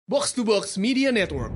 Box to Box Media Network.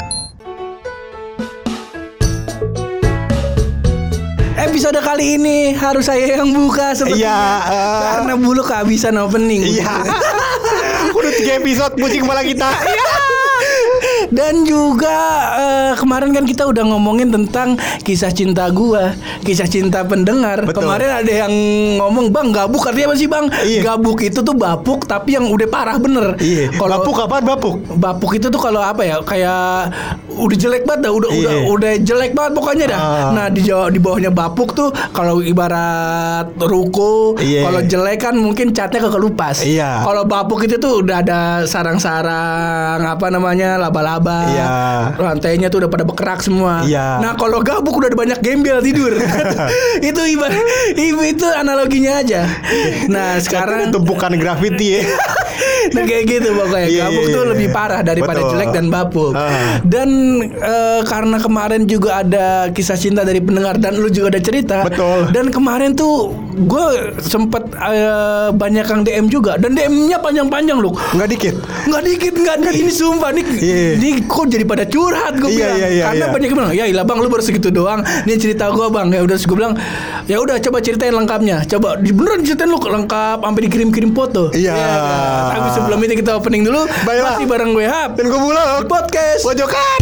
Episode kali ini harus saya yang buka sepertinya. Karena Bulu kehabisan opening. Iya. Udah 3 episode pusing malah kita. Dan juga kemarin kan kita udah ngomongin tentang kisah cinta gua, kisah cinta pendengar. Betul. Kemarin ada yang ngomong, "Bang, gabuk artinya apa sih, Bang?" Iya. Gabuk itu tuh bapuk tapi yang udah parah bener. Iya. Kalau Bapuk apaan bapuk? bapuk itu tuh kalau apa ya? Kayak udah jelek banget dah, Iya. udah jelek banget pokoknya dah. Nah, di bawahnya bapuk tuh kalau ibarat ruko, Iya. kalau jelek kan mungkin catnya kekelupas. Iya. Kalau bapuk itu tuh udah ada sarang-sarang apa namanya, laba-laba. Iya. Rantainya tuh udah pada berkerak semua. Iya. Nah, kalau gabuk udah ada banyak gembel tidur. Itu itu analoginya aja. Nah, sekarang tumpukan grafiti ya. nah kayak gitu pokoknya. Iya, Gabuk iya, tuh iya. lebih parah daripada Betul. jelek dan bapuk. Dan karena kemarin juga ada kisah cinta dari pendengar dan lu juga ada cerita. Betul. Dan kemarin tuh gue sempet banyak yang DM juga. Dan DM-nya panjang-panjang loh. Enggak dikit. Nggak dikit. Ini sumpah nih. Iya. Ini kok jadi pada curhat gue Iya, bilang. iya, iya, Karena iya. banyak yang bilang, "Ya ilah Bang, lu baru segitu doang. Ini cerita gue Bang." Ya udah, gue bilang, "Ya udah coba ceritain lengkapnya. Coba beneran ceritain lu lengkap sampai dikirim-kirim foto." Iya. kan? Tapi sebelum itu kita opening dulu. Baiklah. Masih bareng gue Hap Dan gue Bulog. di podcast Pojokan.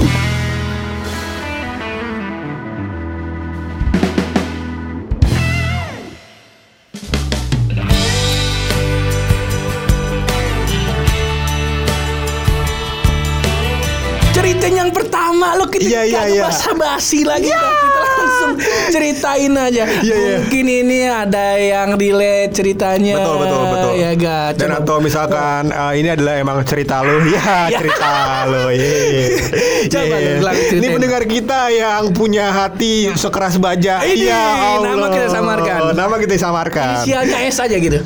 Cerita yang pertama lo kita Iya. basa-basi lagi. Kita langsung ceritain aja. Iya. Mungkin ini ada yang relate ceritanya. Betul. Ya ga. Dan atau misalkan ini adalah emang cerita lu. Ya, cerita lu. Coba lu, Glang, Ini ceritain. pendengar kita yang punya hati sekeras baja. Ini, Ya Allah. nama kita samarkan. Nama kita samarkan. Inisialnya S aja gitu.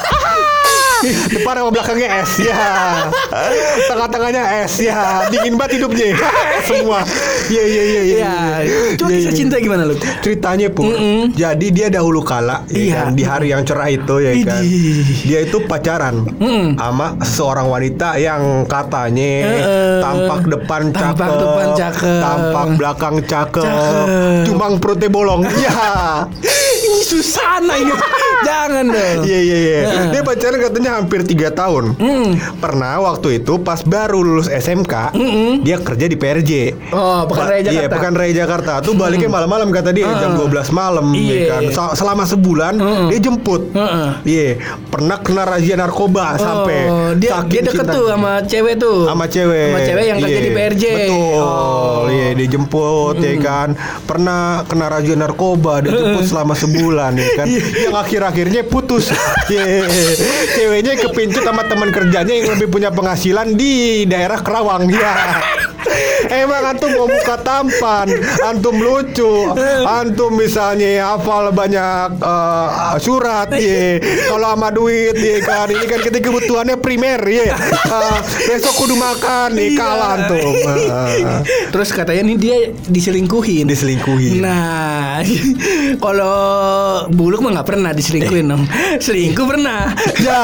Depan sama belakangnya es ya. Tengah-tengahnya es ya. Dingin banget hidupnya. Semua. Iya. Ya. Coba Iya, kisah iya. cinta gimana lu? Ceritanya Pur. Jadi dia dahulu kala ya Iya. kan, di hari yang cerah itu ya kan. Idih. Dia itu pacaran sama seorang wanita yang katanya tampak depan Tampak cakep, depan cakep. tampak belakang cakep, Cakep. cuma perutnya bolong. Ya. Ini Susana ini. Jangan dong. Iya. Dia pacaran katanya hampir 3 tahun. Pernah waktu itu pas baru lulus SMK, dia kerja di PRJ. Oh, Pekan Raya Jakarta. Iya, Pekan Raya Jakarta. Tuh baliknya malam-malam kata dia, jam 12 malam Iya. ya kan. Selama sebulan dia jemput. Iya, pernah kena razia narkoba sampai dia saking deket cinta. tuh sama cewek tuh. Sama cewek. Sama cewek yang kerja Iya. di PRJ. Betul. Oh. Iya, dijemput ya kan. Pernah kena razia narkoba, dijemput selama sebulan ya kan. Yang akhir-akhirnya putus. Iya. Ceweknya kepincut sama teman kerjanya yang lebih punya penghasilan di daerah Kerawang. Ya. Emang antum mau buka tampan, antum lucu, antum misalnya hafal banyak surat, ya. Kalau sama duit, ya kan. Ini kan kita kebutuhannya primer, ya. Besok kudu makan, nih kalah antum. Terus katanya nih dia diselingkuhin. Diselingkuhin. Nah, kalau Buluk mah nggak pernah diselingkuhin dong. Selingkuh pernah. Ya.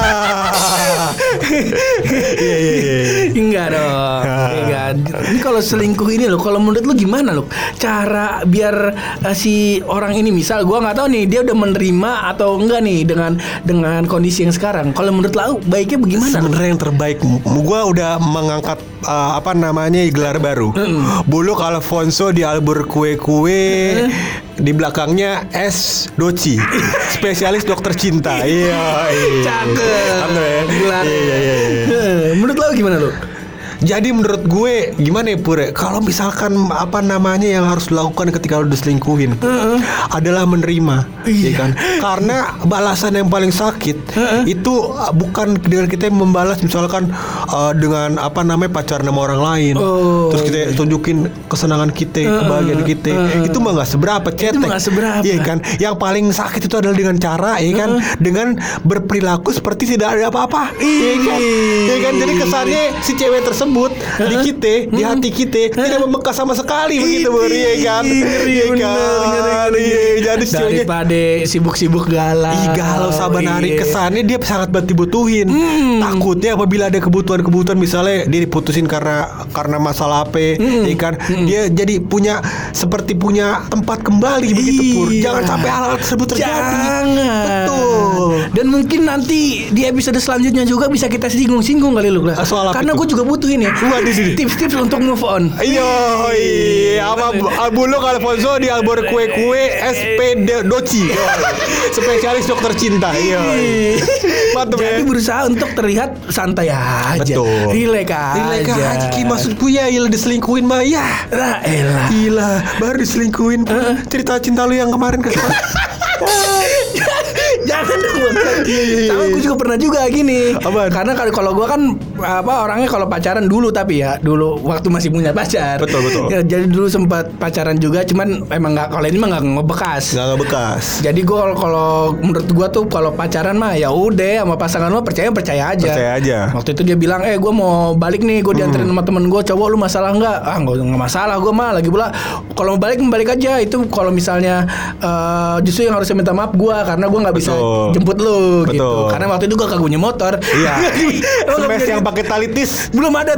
Iya. Enggak dong. Enggak. Ini kalau selingkuh ini loh, kalau menurut lu gimana loh? Cara biar si orang ini, misal gua nggak tahu nih dia udah menerima atau enggak nih dengan kondisi yang sekarang. Kalau menurut lu baiknya bagaimana? Sebenarnya yang terbaik, gua udah mengangkat apa namanya gelar baru. Buluk Alfonso di Albur Kue-Kue. Di belakangnya S Doci, spesialis dokter cinta. Iya. Cakep. Gelar. Iya. Menurut lu gimana lu? Jadi menurut gue gimana ya Pure, kalau misalkan apa namanya yang harus dilakukan ketika lo diselingkuhin adalah menerima, ya kan? Karena balasan yang paling sakit itu bukan dengan kita membalas misalkan dengan apa namanya pacaran sama orang lain, terus kita tunjukin kesenangan kita, kebahagiaan kita, itu mah nggak seberapa, cetek, mah nggak seberapa. iya kan? Yang paling sakit itu adalah dengan cara, ya kan? Dengan berperilaku seperti tidak ada apa-apa, iya kan? Jadi kesannya si cewek tersebut tersebut di kita, di hati kita tidak membekas sama sekali begitu Bur, iya kan? Iya kan? Jadi daripada sibuk-sibuk galau. Galau saban hari kesannya dia sangat banget dibutuhin. Takutnya apabila ada kebutuhan misalnya dia diputusin karena masalah apa, ya kan? Dia jadi seperti punya tempat kembali begitu Pur. Jangan sampai hal tersebut terjadi. Jangan. Betul. Dan mungkin nanti di episode selanjutnya juga bisa kita singgung-singgung kali lu lah. Soal apa karena gue juga butuh ini. Tips-tips untuk move on. Apa Albulo Alfonso di Albor Kue SP Doci. Spesialis dokter cinta. Mantap ya. Jadi berusaha untuk terlihat santai aja. Betul. Rileks aja. Maksudku ya diselingkuhin mah ya. Lah elah. Gila, baru diselingkuhin. Cerita cinta lu yang kemarin Jangan dong. Tapi gue juga pernah juga gini. Apaan? Karena kalau gue kan orangnya kalau pacaran dulu, tapi ya dulu waktu masih punya pacar. Betul. Ya, jadi dulu sempat pacaran juga, cuman emang nggak, kalau ini mah nggak ngebekas. Jadi gue kalau menurut gue tuh kalau pacaran mah ya udah sama pasangan lo percaya aja. Waktu itu dia bilang, gue mau balik nih, gue dianterin sama temen gue cowok, lu masalah nggak? Nggak masalah, gue mah lagi pula kalau mau balik aja. Itu kalau misalnya justru yang harusnya minta maaf gue, karena gue nggak bisa jemput lu gitu. Karena waktu itu gue kagak punya motor. Iya. Smash yang pakai talitis belum ada.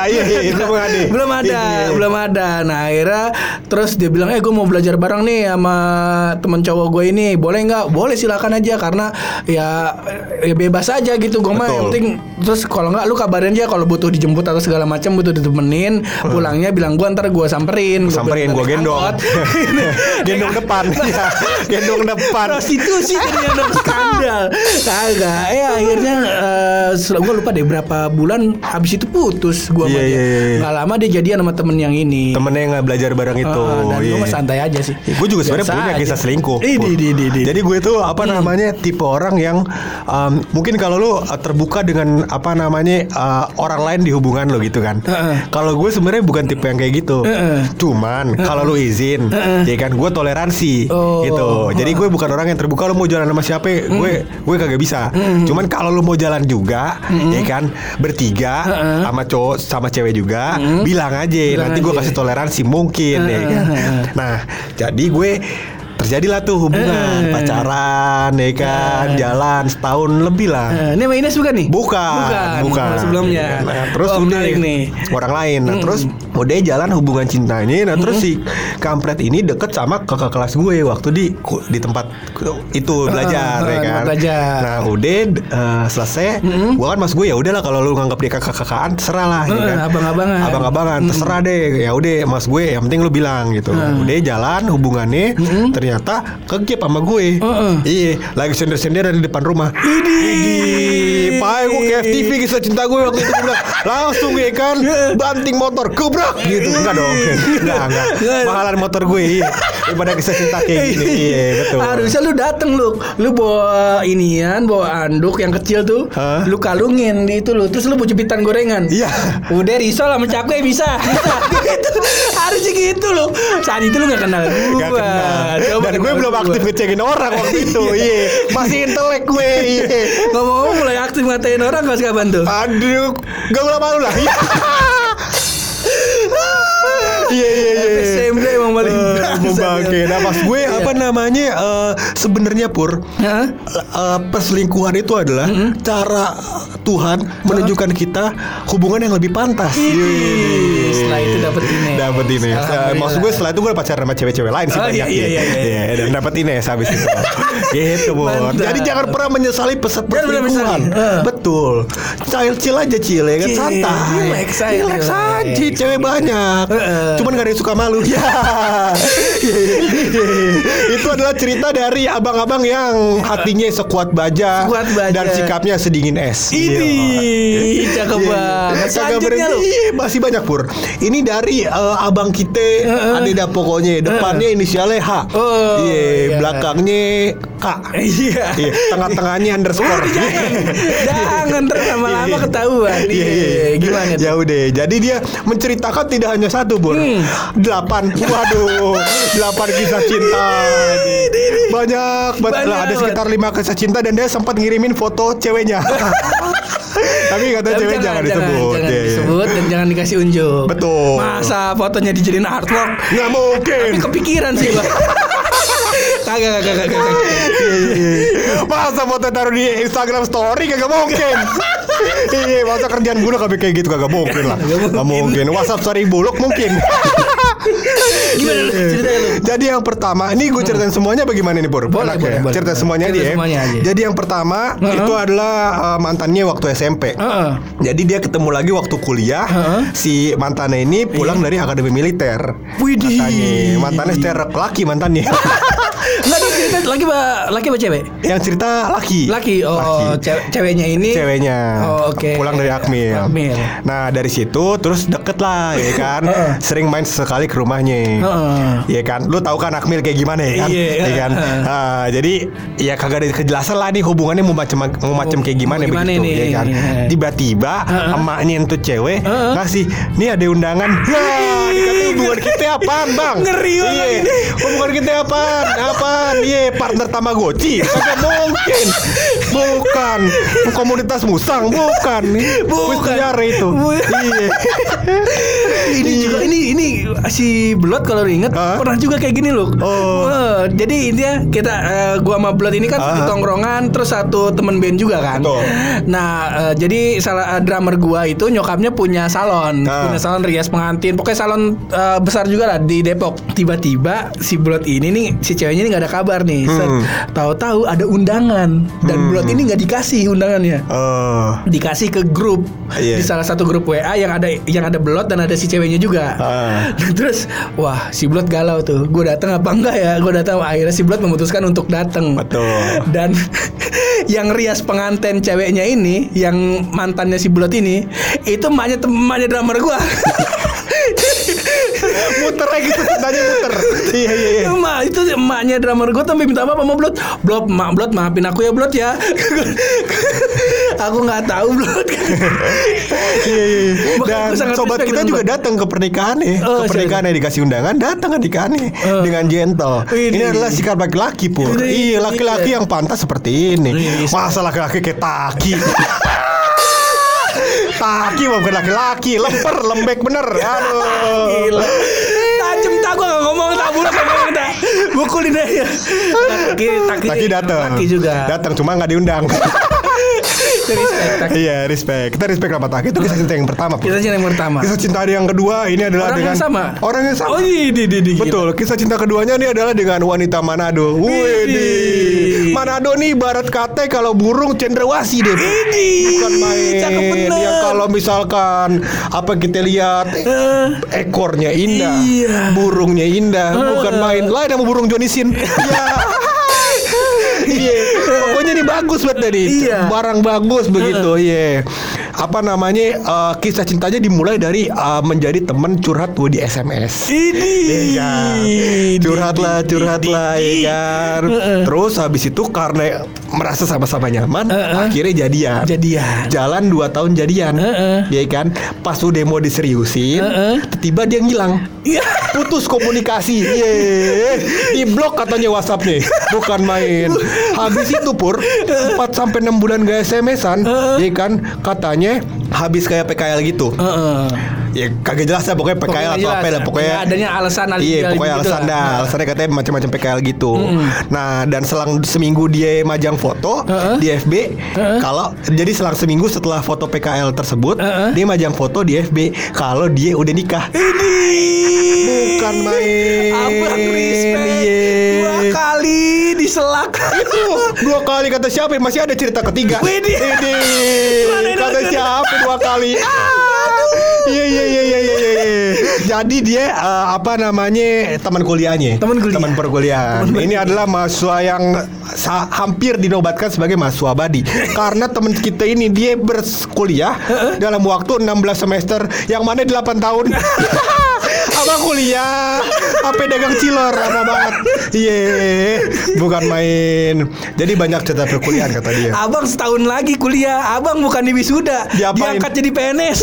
Belum ada. Nah akhirnya terus dia bilang, gue mau belajar bareng nih sama temen cowok gue ini, boleh nggak? Boleh, silakan aja, karena ya bebas aja gitu. Gue mah yang penting, terus kalau nggak lu kabarin aja kalau butuh dijemput atau segala macam, butuh ditemenin, pulangnya bilang gue, ntar gue samperin, gue gendong. Gendong depan. Gendong depan. Prostitusi ternyata skandal. Kagak. Akhirnya gue lupa deh berapa bulan habis itu putus gue sama dia. Nggak lama dia jadian sama temen yang ini. Temennya yang nggak belajar bareng itu. Dan gue mah santai aja sih. Gue juga sebenarnya punya kisah selingkuh. Jadi gue tuh namanya tipe orang yang mungkin kalau lu terbuka dengan orang lain di hubungan lo gitu kan. Kalau gue sebenarnya bukan tipe yang kayak gitu. Cuman kalau lu izin, ya kan gue toleransi gitu. Jadi gue bukan orang yang terbuka, lu mau jalan sama siapa, gue kagak bisa. Cuman kalau lu mau jalan juga, ya kan bertiga sama cowok sama cewek juga, bilang aja. Nanti gue kasih toleransi mungkin, ya kan. Nah, jadi gue terjadilah tuh hubungan pacaran, ya kan, jalan setahun lebih lah. Ini sama Ines bukan nih? Bukan. Sebelumnya. Nah, terus nih orang lain. Nah, terus udah jalan hubungan cinta ini. Nah, terus si kampret ini deket sama kakak kelas gue waktu di tempat itu belajar, ya kan. Nah, udah selesai. Gue kan mas gue, ya udahlah kalau lu nganggap dia kakak-kakaan terserah lah, ya kan. Abang-abangan terserah deh. Ya udah mas gue, yang penting lu bilang gitu. Udah jalan hubungannya. Ternyata kegep sama gue. Iya, lagi sender-sender di depan rumah. Idi, pakai gue kayak TV kisah cinta gue waktu itu. Bilang, langsung ya kan, banting motor, gebrak gitu. Enggak dong, enggak. Mahalan motor gue, iya. Daripada kisah cinta kayak gini. Iya, betul. Harusnya lu dateng lu bawa anduk yang kecil tuh, lu kalungin di itu lu, terus lu bawa jepitan gorengan. Iya. Udah risol sama cakwe bisa. Gitu. Harusnya gitu lu. Saat itu lu gak kenal gue. Dan gue belum aktif ngecekin orang waktu itu. Iya. Masih intelek gue. Iya. Ngomong mulai aktif ngatain orang gak kapan tuh? Aduh, gak malu lah. Iya. SMD emang paling bangke. Nah pas gue sebenarnya Pur, perselingkuhan itu adalah cara Tuhan menunjukkan kita hubungan yang lebih pantas. Setelah itu dapet ini. Maksud gue setelah itu gue pacaran sama cewek-cewek lain sih banyak. Iya. Dan dapet ini habis itu. Gitu Pur. Jadi jangan pernah menyesali perselingkuhan. Betul. Chill aja ya kan, santai. Relax aja. Cewek banyak. Cuman gak ada yang suka malu. Itu adalah cerita dari abang-abang yang hatinya sekuat baja dan sikapnya sedingin es. Ini cakep banget. Selanjutnya lu masih banyak Pur. Ini dari abang kita ada pokoknya. Depannya inisialnya H. Belakangnya K. Iya. Iya, tengah-tengahnya underscore. Jangan ntar lama-lama ketahuan. Iya. Gimana tuh? Ya udah, jadi dia menceritakan tidak hanya satu, Bur. 8. Waduh, 8 kisah cinta. Banyak banget lah, ada sekitar 5 kisah cinta dan dia sempat ngirimin foto ceweknya. Tapi katanya cewek jangan disebut. Jangan disebut dan jangan dikasih unjuk. Betul. Masa fotonya dijadiin artwork? Nggak mungkin. Tapi kepikiran sih gua. Kagak. Masa foto taruh di Instagram story kagak mungkin. Iya, masa kerjaan buluk kayak gitu kagak mungkin lah. Nggak mungkin. WhatsApp story buluk mungkin. Gimana lu ceritanya lu? Jadi yang pertama, ini gue ceritain semuanya bagaimana nih, Pur? Boleh. Cerita semuanya aja ya. Jadi yang pertama itu adalah mantannya waktu SMP. Jadi dia ketemu lagi waktu kuliah. Si mantannya ini pulang dari akademi militer. Widih. Katanya mantannya secara laki mantannya. Enggak, dia cerita laki apa cewek? Yang cerita laki. Ceweknya ini. Ceweknya. Oh, oke. Pulang dari Akmil. Nah, dari situ terus deket lah ya kan. Sering main sekali ke rumahnya. Iya kan. Lu tahu kan Akmil kayak gimana ya kan? Iya kan. Jadi ya kagak ada kejelasan lah nih hubungannya mau macam kayak gimana begitu nih? Ya kan. Tiba-tiba emaknya itu cewek ngasih, "Nih ada undangan." Nah, dikata hubungan kita apaan, Bang? Ngeri banget ini. Hubungan kita apaan? Iya, partner Tamagotchi. Kagak mungkin. Bukan. Komunitas musang, bukan. Sejarah itu. Iya. Ini si Blood kalau inget pernah juga kayak gini loh. Jadi intinya kita gua sama Blood ini kan satu tongkrongan, terus satu temen band juga kan. Nah, jadi salah drummer gua itu nyokapnya punya salon rias pengantin, pokoknya salon besar juga lah di Depok. Tiba-tiba si Blood ini nih, si ceweknya ini nggak ada kabar nih. Tahu-tahu ada undangan dan Blood ini nggak dikasih undangannya. Dikasih ke grup di salah satu grup WA yang ada Blood dan ada si ceweknya juga. Terus wah, si Blood galau tuh. Gue datang apa enggak ya? Gue datang. Akhirnya si Blood memutuskan untuk datang. Betul. Dan yang rias pengantin ceweknya ini, yang mantannya si Blood ini, itu emaknya drummer gue. Muter lagi tuh ceritanya muter. Iya. Itu emaknya drummer gue sampai minta apa sama Blood. Blood maafin aku ya Blood ya. Aku nggak tahu Blood. Iya. Dan sobat kita juga datang ke pernikahannya. Ke pernikahannya dikasih undangan, datang ke nikahannya dengan gentle. Ini adalah sikap laki-laki, Pur. Iya, laki-laki yang pantas seperti ini. Masa laki-laki kayak Taki. Taki bukan laki-laki, lembek bener. Aduh. Gila. Tajem tak, gue gak ngomong tak buruk, ngomong tak. Bukulin aja. Taki datang. Taki juga. Datang cuma nggak diundang. Respect. Iya, respect. Kita respect sama Taki. Itu kisah cinta yang pertama. Kisah cinta yang pertama. Kisah cinta yang kedua ini adalah orang yang sama. Oh iya. Betul. Kisah cinta keduanya ini adalah dengan wanita Manado. Widih. Manado nih barat kate kalau burung cendrawasih deh. Bukan main. Cakep bener. Yang kalau misalkan apa kita lihat ekornya indah, burungnya indah, bukan main. Lain sama burung Jonisin. Iya. Pokoknya ini bagus banget tadi. Barang bagus begitu. Iya. Apa namanya, kisah cintanya dimulai dari menjadi teman curhat gue di SMS. Curhat lah ya kan. Terus habis itu karena merasa sama-sama nyaman, akhirnya jadian. Jalan 2 tahun jadian. Ya kan. Pas udah mau diseriusin, tiba dia ngilang. Putus komunikasi. Di blok katanya WhatsApp nih. Bukan main. Habis itu Pur 4-6 bulan gak SMS-an. Ya kan. Katanya habis kayak PKL gitu. Ya kagak jelas lah pokoknya PKL atau apa lah pokoknya. Ya, adanya alasan. Iya pokoknya alasan dah. Alasannya katanya macam-macam PKL gitu. Nah dan selang seminggu dia majang foto di FB. Kalau jadi selang seminggu setelah foto PKL tersebut, dia majang foto di FB kalau dia udah nikah. Bukan main. Abang respect. 2 kali diselak. Itu 2 kali kata siapa? Masih ada cerita ketiga. Kata siapa 2 kali? Iya. Jadi dia apa namanya teman kuliahnya. Teman perkuliahan. Ini adalah mahasiswa yang hampir dinobatkan sebagai mahasiswa abadi. Karena teman kita ini dia berkuliah dalam waktu 16 semester, yang mana 8 tahun. Abang kuliah, apa dagang cilor, lama banget. Iya, bukan main. Jadi banyak cerita perkuliahan kata dia. Abang setahun lagi kuliah. Abang bukan di wisuda, Diapain? diangkat jadi PNS.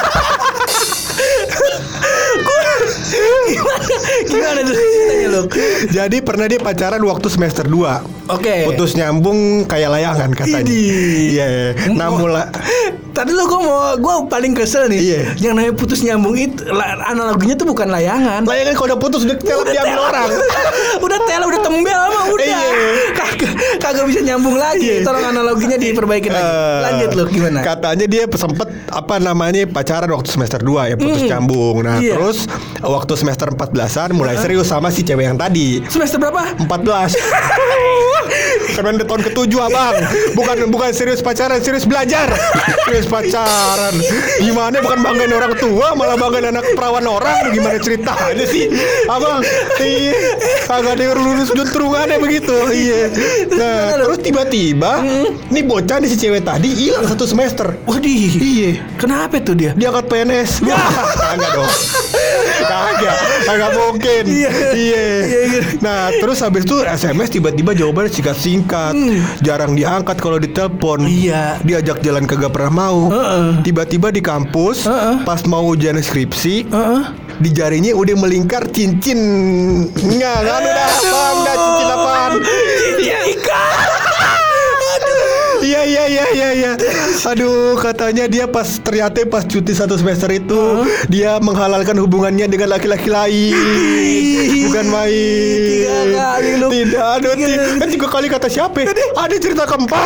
Gimana tuh ceritanya lu? Jadi pernah dia pacaran waktu semester 2. Oke. Putus nyambung kayak layangan katanya. Idih. Iya. Nah mulai Tadi lu gue paling kesel nih. Iya. Yang namanya putus nyambung itu analoginya tuh bukan layangan. layangan kalau udah putus udah telap diambil orang. Udah udah tembel mah udah. Iya. Kagak bisa nyambung lagi. Iya. Tolong analoginya diperbaikin lagi. Lanjut lu gimana? Katanya dia sempet pacaran waktu semester 2 ya, putus nyambung. Nah Iya. terus waktu semester 14-an mulai serius sama si cewek yang tadi. Semester berapa? 14. Karena udah tahun ke-7 abang. Bukan serius pacaran, serius belajar. Serius pacaran. Gimana bukan banggain orang tua, malah banggain anak perawan orang. Gimana ceritanya sih abang? Iya. Kagak ada yang lulus juntrungannya begitu. Iya. Nah terus tiba-tiba nih bocah nih si cewek tadi hilang 1 semester. Waduh. Iya. Kenapa tuh dia? Diangkat PNS. Kagak dong. Kagak mungkin. Iya. Nah terus habis itu SMS tiba-tiba jawabannya singkat-singkat. Jarang diangkat kalau ditelepon. Iya. Diajak jalan kagak pernah mau. Tiba-tiba di kampus pas mau ujian skripsi, di jarinya udah melingkar cincin. Nggak kan udah apaan, udah cincin apaan? Iya. Aduh, katanya dia ternyata pas cuti 1 semester itu dia menghalalkan hubungannya dengan laki-laki lain. Bukan main. 3 kali lu. Tidak, aduh, kan 3 kali kata siapa? Ada cerita keempat.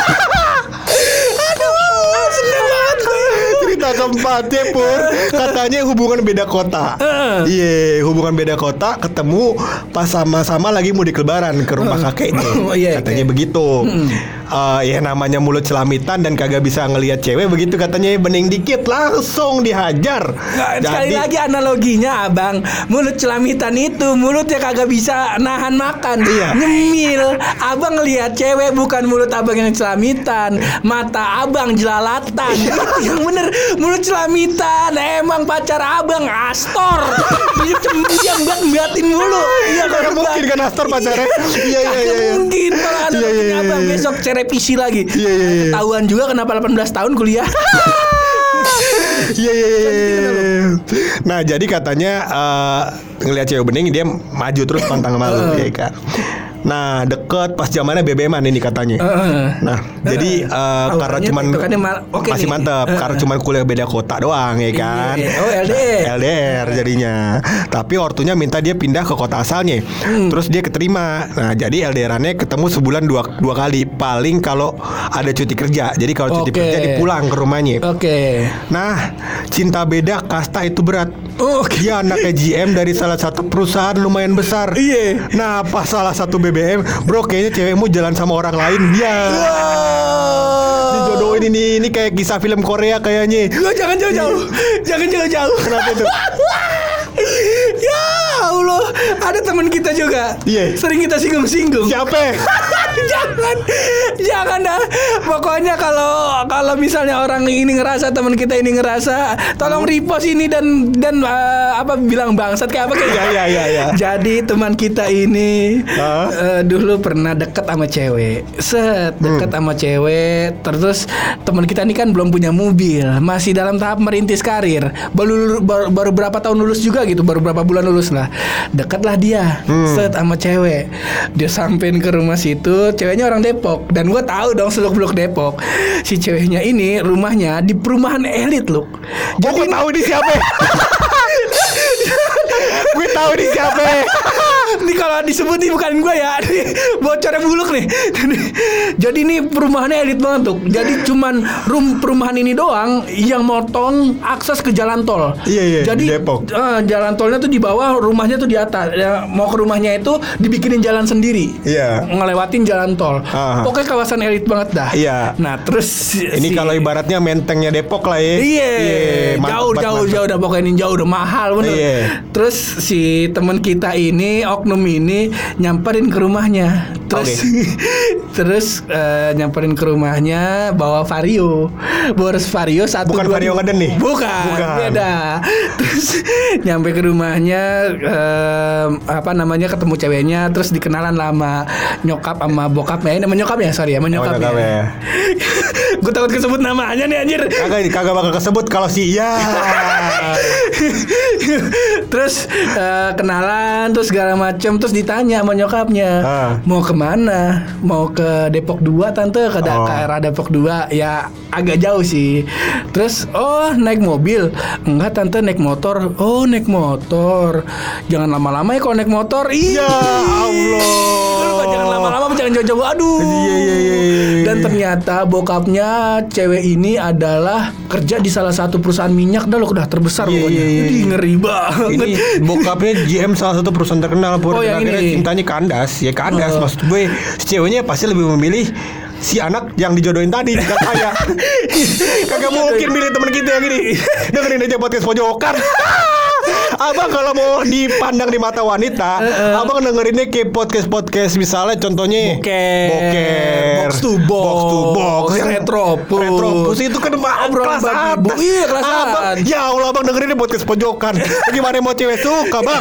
Seneng banget gue. Cerita keempatnya Pur, katanya hubungan beda kota. Iya, hubungan beda kota ketemu pas sama-sama lagi mudik lebaran ke rumah kakeknya. Iya, Katanya begitu. Ya namanya mulut celamitan dan kagak bisa ngelihat cewek begitu katanya, bening dikit langsung dihajar. Sekali lagi analoginya abang, mulut celamitan itu mulutnya kagak bisa nahan makan. Iya. Nyemil. Abang ngelihat cewek bukan mulut abang yang celamitan, mata abang jelalatan. Yang bener mulut celamitan. Emang pacar abang Astor. Dia mbak-mbatin mulu. Iya Kagak mungkin kan Astor pacarnya. Iya. Mungkin kalau analoginya abang besok revisi lagi. Iya. Ketahuan juga kenapa 18 tahun kuliah. Iya. Nah jadi katanya ngelihat cewek bening dia maju terus pantang malu ya kan. Nah deket pas zamannya BBM-an ini katanya. Nah jadi karena cuman masih mantep karena cuman kuliah beda kota doang ya kan. Oh LDR jadinya. Tapi ortunya minta dia pindah ke kota asalnya. Terus dia keterima. Nah jadi LDR-annya ketemu sebulan dua kali. Paling kalau ada cuti kerja. Jadi kalau cuti kerja dipulang ke rumahnya. Nah cinta beda kasta itu berat. Dia anaknya GM dari salah satu perusahaan lumayan besar. Nah pas salah satu BBM, bro kayaknya cewekmu jalan sama orang lain. Ya dijodohin ini kayak kisah film Korea kayaknya. Jangan jauh-jauh. Kenapa itu? Ya Allah, ada teman kita juga. Sering kita singgung-singgung. Siapa? Jangan dah. Pokoknya kalau misalnya orang ini ngerasa, teman kita ini ngerasa, tolong repost ini dan bilang bangsat kayak apa kayak. Ya. Jadi teman kita ini dulu pernah deket sama cewek. Deket sama cewek. Terus teman kita ini kan belum punya mobil, masih dalam tahap merintis karir. Baru berapa tahun lulus juga gitu, baru berapa bulan lulus lah. Dekatlah dia sama cewek. Dia sampein ke rumah situ. Ceweknya orang Depok dan gue tahu dong seluk-beluk Depok. Si ceweknya ini rumahnya di perumahan elit loh. Jadi tahu di siapa? Gue tahu di siapa. Ini kalau disebut nih bukan gue ya. Bocornya buluk nih. Jadi ini perumahannya elit banget tuh. Jadi cuman perumahan ini doang yang motong akses ke jalan tol. Iya. Jadi di Depok. Jalan tolnya tuh di bawah, rumahnya tuh di atas. Ya, mau ke rumahnya itu dibikinin jalan sendiri. Iya. Ngelewatin jalan tol. Pokoknya kawasan elit banget dah. Iya. Nah terus ini kalau ibaratnya mentengnya Depok lah ya. Iya. Jauh udah pokoknya ini jauh udah mahal bener. Terus si teman kita ini oknum ini nyamperin ke rumahnya. Terus terus nyamperin ke rumahnya bawa Vario. Boros Vario satu. Bukan Vario ngeden nih. Bukan. Beda. Terus nyampe ke rumahnya ketemu ceweknya, terus dikenalan lama nyokap sama bokapnya. Nama nyokapnya, sorry ya, nyokapnya. Gue takut kesebut namanya nih anjir. Kagak bakal kesebut kalau si iya. Terus kenalan terus segala macem, terus ditanya sama nyokapnya, mau kemana? Mau ke Depok 2 tante, ke daerah Depok 2. Ya agak jauh sih. Terus naik mobil? Enggak tante, naik motor. Oh naik motor. Jangan lama-lama ya kalau naik motor. Ya Allah. Jangan lama-lama, jangan jauh-jauh. Aduh. Iya. Dan ternyata bokapnya cewek ini adalah kerja di salah satu perusahaan minyak dah udah terbesar pokoknya. Ini ngeri banget. Ini bokapnya GM salah satu perusahaan terkenal. Yang akhirnya ini cintanya kandas. Ya kandas maksud gue. Si ceweknya pasti lebih memilih si anak yang dijodohin tadi gak kaya. Kagak mungkin milih teman kita yang ini. Dengerin aja podcast pojokan. Abang kalau mau dipandang di mata wanita, abang dengerinnya kayak podcast misalnya contohnya Boker, box to box, Retropus itu kan kelas atas. Iya kelas atas. Ya Allah, abang dengerinnya podcast pojokan. Gimana mau cewek suka bang?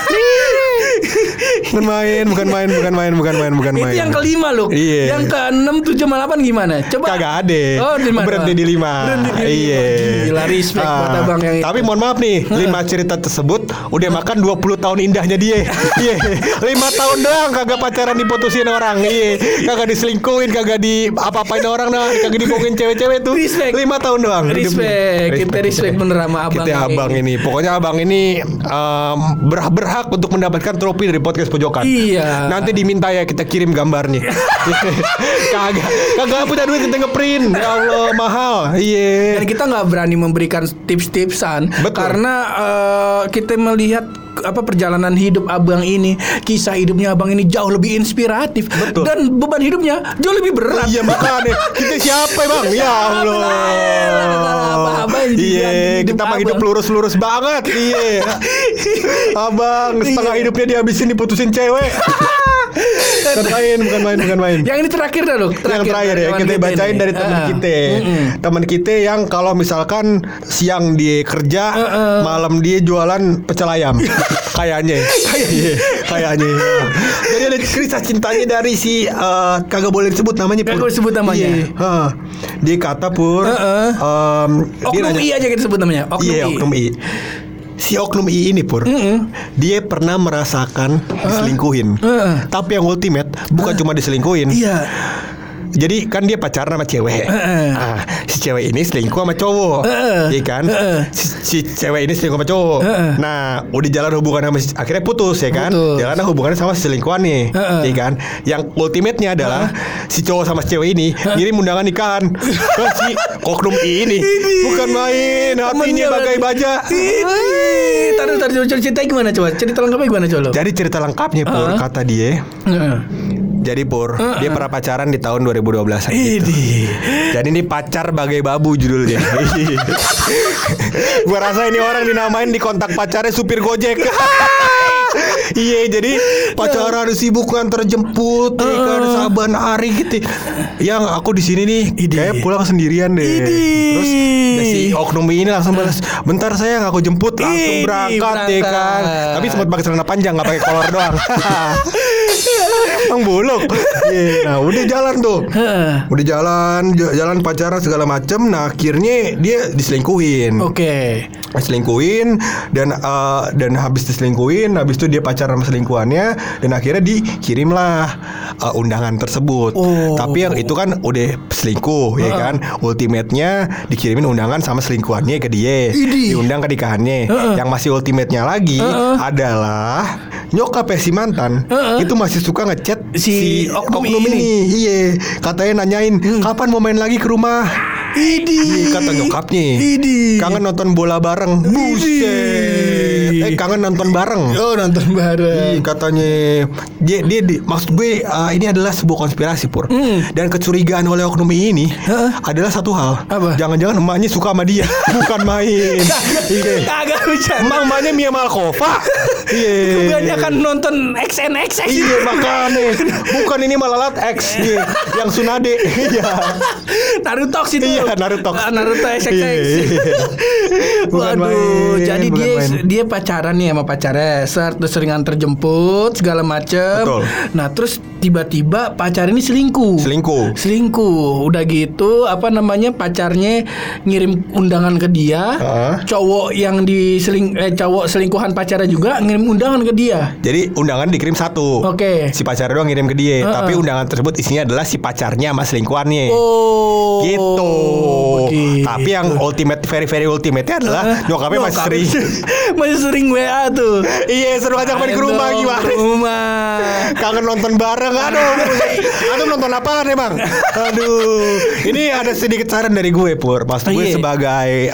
Bukan main. Itu yang kelima loh. Yang ke-6, 7, 8 gimana? Coba. Kagak ada. Berhenti di 5. Iya. Gila, respect buat abang yang tapi mohon maaf nih, 5 cerita tersebut udah makan 20 tahun indahnya dia. 5 tahun doang kagak pacaran diputusin orang. Kagak diselingkuhin, kagak di apa-apain orang dah, kagak dibohongin cewek-cewek tuh. 5 tahun doang. Kita respect bener sama abang. Kita abang ini. Pokoknya abang ini berhak untuk mendapatkan trofi dari podcast pojokan. Iya. Nanti diminta ya kita kirim gambarnya. Kagak punya duit kita ngeprint. Ya Allah mahal. Iya. Dan kita nggak berani memberikan tips-tipsan. Betul. Karena kita melihat perjalanan hidup abang ini, kisah hidupnya abang ini jauh lebih inspiratif. Betul. Dan beban hidupnya jauh lebih berat. Iya makanya kita siapa bang? Ya Allah. Iya kita mah hidup lurus banget. Iya. Abang setengah hidupnya dihabisin diputusin cewek. Bukan main. Yang ini terakhir dah loh. Yang terakhir ya kita bacain dari teman kita. Teman kita yang kalau misalkan siang dia kerja, malam dia jualan pecel ayam. Kayaknya. Jadi ada kisah cintanya dari si kagak boleh disebut namanya. Kagak boleh disebut namanya. Dia kata Pur. Oknum I aja kita sebut namanya. Oknum I. Si oknum I ini Pur, dia pernah merasakan diselingkuhin. Tapi yang ultimate bukan cuma diselingkuhin. Iya. Jadi kan dia pacaran sama cewek. Si cewek ini selingkuh sama cowok. Iya kan? Si cewek ini selingkuh sama cowok. Nah, udah jalan hubungan sama akhirnya putus ya kan? Jalan hubungannya sama si selingkuhan nih. Iya kan? Yang ultimate-nya adalah si cowok sama si cewek ini ngirim undangan nikahan ke si oknum ini. Bukan main, hatinya bagai baja. Taruh cerita gimana coba? Cerita lengkapnya gimana coba? Jadi cerita lengkapnya Pur kata dia. Jadi Pur, dia pernah pacaran di tahun 2012 gitu. Jadi ini pacar bagai babu judulnya. Gua rasa ini orang dinamain di kontak pacarnya supir Gojek. Iya, jadi pacaran sibuk nganter jemput, kan saban hari gitu. Yang aku di sini nih, kayak pulang sendirian deh. Terus si oknum ini langsung balas, bentar sayang aku jemput, langsung berangkat deh kan. Tapi sempat pakai celana panjang, nggak pakai kolor doang. Bang buluk. Nah udah jalan tuh. Udah jalan pacaran segala macem. Nah akhirnya dia diselingkuhin. Diselingkuhin dan habis diselingkuhin, habis itu dia pacaran sama selingkuhannya dan akhirnya dikirimlah undangan tersebut. Tapi yang itu kan udah selingkuh ya kan. Ultimate-nya dikirimin undangan sama selingkuhannya ke dia. Diundang ke nikahannya. Yang masih ultimate-nya lagi adalah nyokap si mantan itu masih suka ngechat si oknum ini. Iya, katanya nanyain kapan mau main lagi ke rumah. Kata nyokapnya kangen nonton bola bareng. Buset. Kangen nonton bareng. Oh, nonton bareng. Katanya dia maksud gue ini adalah sebuah konspirasi Pur. Dan kecurigaan oleh oknum ini adalah satu hal. Apa? Jangan-jangan emaknya suka sama dia, bukan main. Kagak bercanda. Emaknya Mia Malkova. Iya. Kebanyakan nonton XNXX. Iya makanya. Bukan ini malah Lat X. Iya. Yang Tsunade. Iya. Naruto sih itu. Iya, Naruto XXX. Waduh, jadi dia pacaran nih sama pacarnya, terus seringan terjemput segala macem. Betul. Nah, terus tiba-tiba pacar ini selingkuh. Udah gitu pacarnya ngirim undangan ke dia. Cowok yang cowok selingkuhan pacarnya juga ngirim undangan ke dia. Jadi undangan dikirim satu. Oke. Si pacarnya doang ngirim ke dia. Tapi undangan tersebut isinya adalah si pacarnya sama selingkuhannya. Oh. Gitu. Tapi yang very ultimate adalah nyokapnya masih sering WA tuh. Iya, seru ajak main ke rumah gimana? Kangen nonton bareng. Aduh nonton apaan emang? Aduh. Ini ada sedikit saran dari gue Pur. Maksud gue sebagai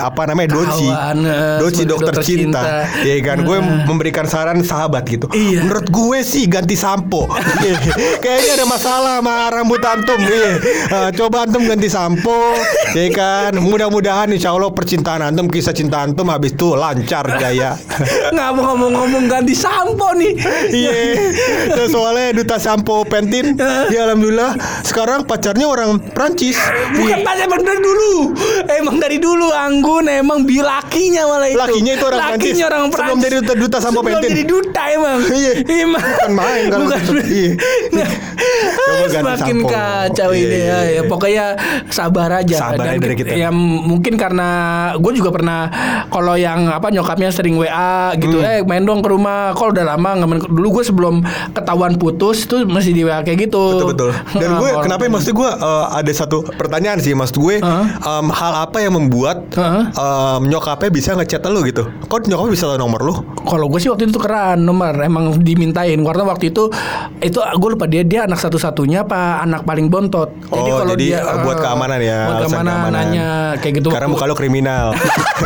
Doci dokter cinta. Iya kan, gue memberikan saran sahabat gitu. Menurut gue sih ganti sampo. Kayaknya ada masalah sama rambut antum. Coba antum ganti sampo. Ya kan, mudah-mudahan insya Allah percintaan antum, kisah cinta antum habis itu lancar jaya. Ngomong-ngomong ganti sampo nih. Iya. Soalnya duta sampo Pantene. Ya alhamdulillah sekarang pacarnya orang Prancis. Bukan pacar, emang dari dulu Anggun emang lakinya malah itu. Lakinya itu orang Prancis. Sebelum jadi duta sampo Pantene. Jadi duta emang. Iya. Bukan main kalau gitu. Iya. Semakin kacau ini ya. Pokoknya sabar aja. Sabar dari kita. Ya mungkin karena gue juga pernah kalau yang nyokapnya sering WA gitu, main dong ke rumah. Kalau udah lama nggak main. Dulu gue sebelum ketahuan putus tuh masih di WA kayak gitu. Betul. Dan gue kenapa maksud gue ada satu pertanyaan sih, maksud gue hal apa yang membuat nyokapnya bisa ngechat lu gitu? Kok nyokapnya bisa tahu nomor lu? Kalau gue sih waktu itu tukeran nomor, emang dimintain karena waktu itu gue lupa dia anak satu-satunya apa anak paling bontot. Jadi kalau dia buat keamanan ya. Buat keamanannya kayak gitu. Karena muka lu kriminal.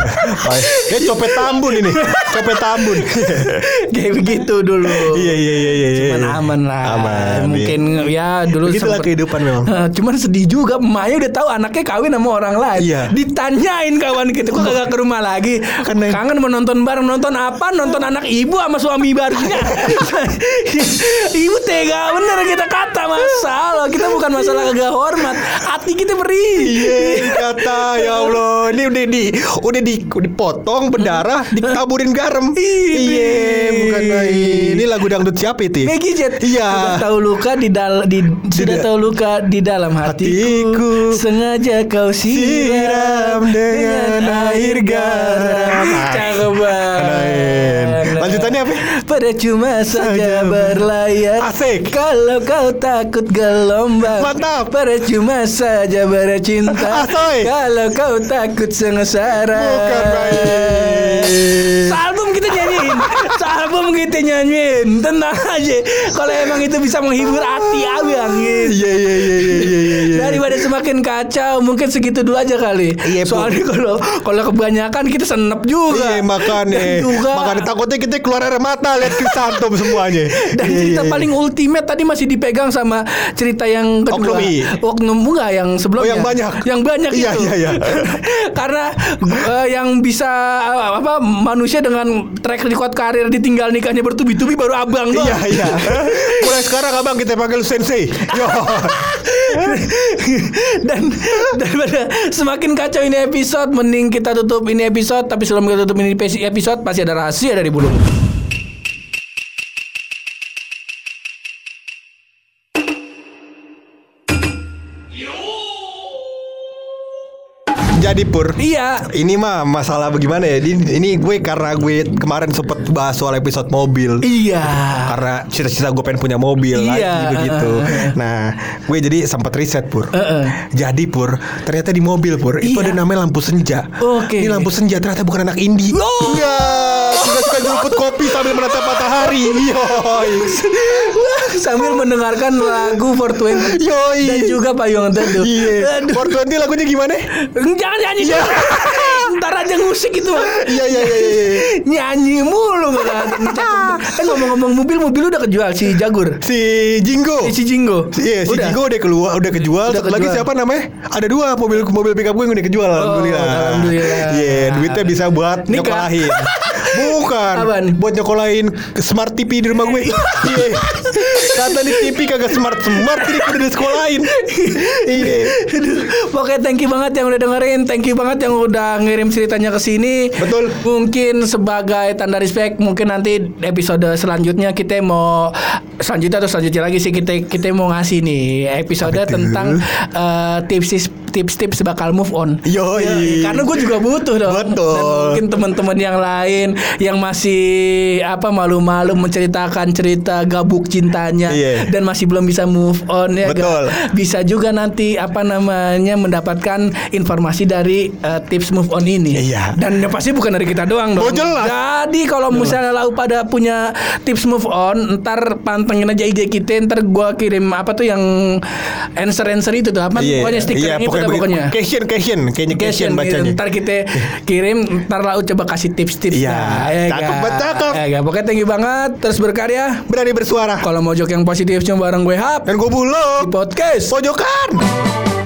Copet Tambun ini. Copet Tambun. Kayak begitu dulu. Iya. Cuman aman lah. Mungkin ya dulu begitulah kehidupan memang. Cuman sedih juga, emaknya udah tahu anaknya kawin sama orang lain. Iya. Ditanyain kawan kita, kok kagak ke rumah lagi? Kangen mau nonton bareng. Nonton apa? Nonton anak ibu sama suami barunya. Ibu tega bener kita kata, masalah kita bukan masalah kagak hormat, hati kita perih. Iya, kata ya Allah, ini udah dipotong berdarah, ditaburin garam. Iya, bukan main. Ini lagu dangdut siapa itu? Meggy Jet. Iya. Sudah tahu luka di dalam hatiku. Sengaja kau siram dengan air garam. Cakep banget. Lanjutannya apa? Percuma saja berlayar. Asik. Kalau kau takut gelombang. Mantap. Percuma saja bercinta. Kalau kau takut sengsara. Bukan baik. Sealbum kita nyanyiin. Tenang aja. Kalau emang itu bisa menghibur hati abang. Iya. Daripada semakin kacau, mungkin segitu dulu aja kali. Soalnya kalau kebanyakan kita senep juga. Iya, makanya takutnya kita keluar air mata lihat kisah antum semuanya. Dan cerita paling ultimate tadi masih dipegang sama cerita yang kedua. Oknum enggak yang sebelumnya. Yang banyak itu. Iya. Karena yang bisa manusia dengan track record karir ditinggal nikahnya bertubi-tubi baru abang doang. Iya. Mulai sekarang abang kita panggil sensei. Yo. Dan daripada semakin kacau ini episode, mending kita tutup ini episode. Tapi sebelum kita tutup ini episode, pasti ada rahasia dari Bulung. Jadi Pur, iya, ini mah masalah bagaimana ya? Ini karena gue kemarin sempet bahas soal episode mobil. Iya. Karena cita-cita gue pengen punya mobil lagi begitu. Nah, gue jadi sempat riset Pur. Jadi Pur, ternyata di mobil Pur itu ada namanya lampu senja. Oke. Ini lampu senja ternyata bukan anak indie. Iya. Suka jemput kopi sambil menatap matahari. Yoi. Sambil mendengarkan lagu 420. Yoi. Dan juga Payung Teduh. Iya. 420 lagunya gimana? Jangan nyanyi. bentar aja musik itu. Iya. Nyanyi mulu kan. Ngomong-ngomong mobil udah kejual si Jaguar. Si Jinggo. Si Jinggo. Iya, si Jinggo udah kejual. Satu lagi siapa namanya? Ada 2 mobil pickup gue yang udah kejual. Alhamdulillah. Iya, duitnya bisa buat nyokolahin. Bukan. Apaan? Buat nyokolahin smart TV di rumah gue. Iya. Kata di TV kagak smart jadi udah disekolahin. Iya. Pokoknya thank you banget yang udah dengerin, thank you banget yang udah ngirim ceritanya ke sini. Betul. Mungkin sebagai tanda respect, mungkin nanti episode selanjutnya kita mau selanjutnya lagi sih kita mau ngasih nih episode tentang tips-tips bakal move on. Yoi. Karena gue juga butuh dong. Betul. Dan mungkin teman-teman yang lain yang masih malu-malu menceritakan cerita gabuk cintanya dan masih belum bisa move on ya. Betul. Bisa juga nanti mendapatkan informasi dari tips move on ini. Iya. Dan ya pasti bukan dari kita doang dong. Oh, jelas. Jadi kalau misalnya lau pada punya tips move on, ntar pantengin aja IG kita, ntar gua kirim yang answer itu tuh pokoknya stiker itu pokoknya. Caption kayaknya caption bacanya. Ntar kita kirim, ntar lau coba kasih tips-tips. Iya. Cakep. Ya, pokoknya thank you banget. Terus berkarya, berani bersuara. Kalau mojok yang positif cuma bareng gue Hap dan gue Bulog di podcast Pojokan.